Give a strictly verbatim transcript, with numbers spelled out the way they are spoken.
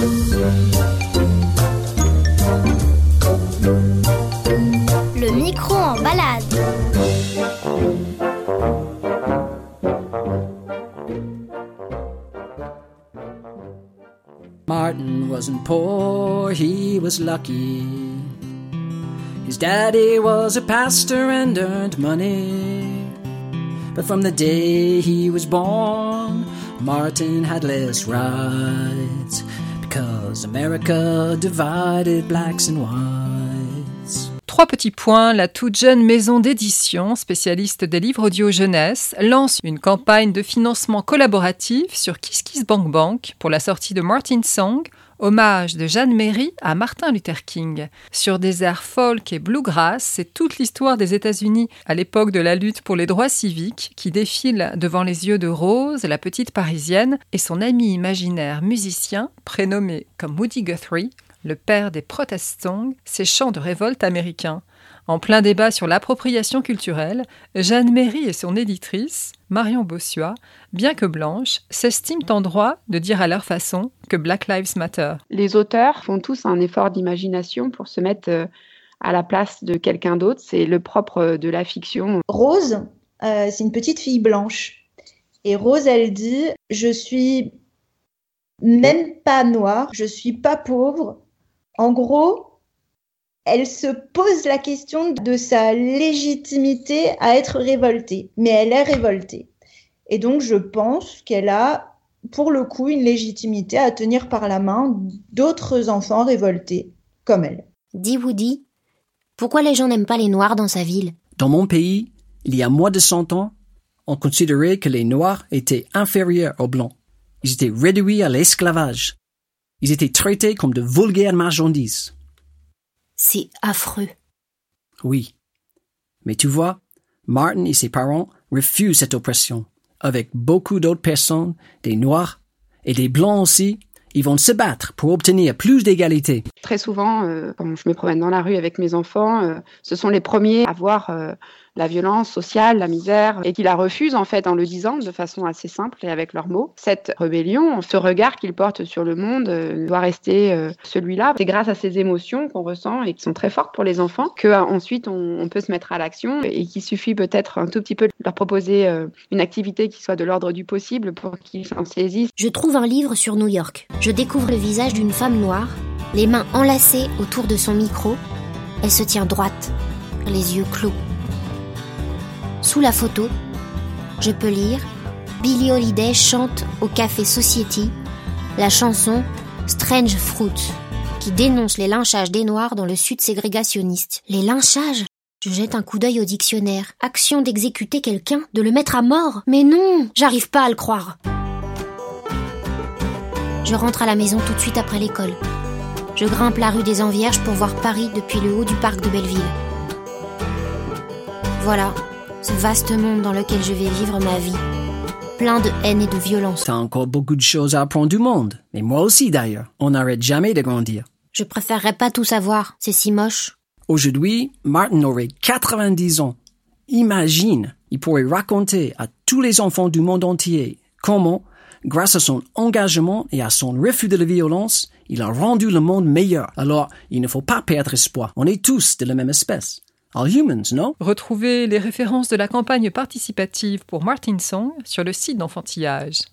Le micro en balade. Martin wasn't poor, he was lucky. His daddy was a pastor and earned money. But from the day he was born, Martin had less rights, because America divided blacks and whites. Trois petits points, la toute jeune maison d'édition, spécialiste des livres audio jeunesse, lance une campagne de financement collaboratif sur KissKissBankBank pour la sortie de Martin Song, hommage de Jeanne Méry à Martin Luther King. Sur des airs folk et bluegrass, c'est toute l'histoire des États-Unis à l'époque de la lutte pour les droits civiques qui défile devant les yeux de Rose, la petite Parisienne, et son ami imaginaire musicien, prénommé comme Woody Guthrie, le père des protest songs, ces chants de révolte américains. En plein débat sur l'appropriation culturelle, Jeanne Méry et son éditrice, Marion Bossuat, bien que blanches, s'estiment en droit de dire à leur façon que Black Lives Matter. Les auteurs font tous un effort d'imagination pour se mettre à la place de quelqu'un d'autre. C'est le propre de la fiction. Rose, euh, c'est une petite fille blanche. Et Rose, elle dit « Je suis même pas noire, je suis pas pauvre ». En gros, elle se pose la question de sa légitimité à être révoltée, mais elle est révoltée. Et donc, je pense qu'elle a, pour le coup, une légitimité à tenir par la main d'autres enfants révoltés, comme elle. Dis Woody, pourquoi les gens n'aiment pas les Noirs dans sa ville ? Dans mon pays, il y a moins de cent ans, on considérait que les Noirs étaient inférieurs aux Blancs. Ils étaient réduits à l'esclavage. Ils étaient traités comme de vulgaires marchandises. C'est affreux. Oui. Mais tu vois, Martin et ses parents refusent cette oppression. Avec beaucoup d'autres personnes, des Noirs et des Blancs aussi, ils vont se battre pour obtenir plus d'égalité. Très souvent, euh, quand je me promène dans la rue avec mes enfants, euh, ce sont les premiers à voir euh, la violence sociale, la misère, et qui la refusent en fait en le disant de façon assez simple et avec leurs mots. Cette rébellion, ce regard qu'ils portent sur le monde euh, doit rester euh, celui-là. C'est grâce à ces émotions qu'on ressent et qui sont très fortes pour les enfants qu'ensuite on, on peut se mettre à l'action et qu'il suffit peut-être un tout petit peu de leur proposer euh, une activité qui soit de l'ordre du possible pour qu'ils s'en saisissent. Je trouve un livre sur New York. Je découvre le visage d'une femme noire, les mains enlacées autour de son micro. Elle se tient droite, les yeux clos. Sous la photo, je peux lire Billie Holiday chante au Café Society la chanson Strange Fruit, qui dénonce les lynchages des Noirs dans le sud ségrégationniste. Les lynchages ? Je jette un coup d'œil au dictionnaire. Action d'exécuter quelqu'un, de le mettre à mort ? Mais non, j'arrive pas à le croire. Je rentre à la maison tout de suite après l'école. Je grimpe la rue des Envierges pour voir Paris depuis le haut du parc de Belleville. Voilà, ce vaste monde dans lequel je vais vivre ma vie, plein de haine et de violence. T'as encore beaucoup de choses à apprendre du monde, mais moi aussi d'ailleurs. On n'arrête jamais de grandir. Je préférerais pas tout savoir, c'est si moche. Aujourd'hui, Martin aurait quatre-vingt-dix ans. Imagine, il pourrait raconter à tous les enfants du monde entier comment, grâce à son engagement et à son refus de la violence, il a rendu le monde meilleur. Alors, il ne faut pas perdre espoir. On est tous de la même espèce. All humans, non? Retrouvez les références de la campagne participative pour Martin Song sur le site d'Enfantillage.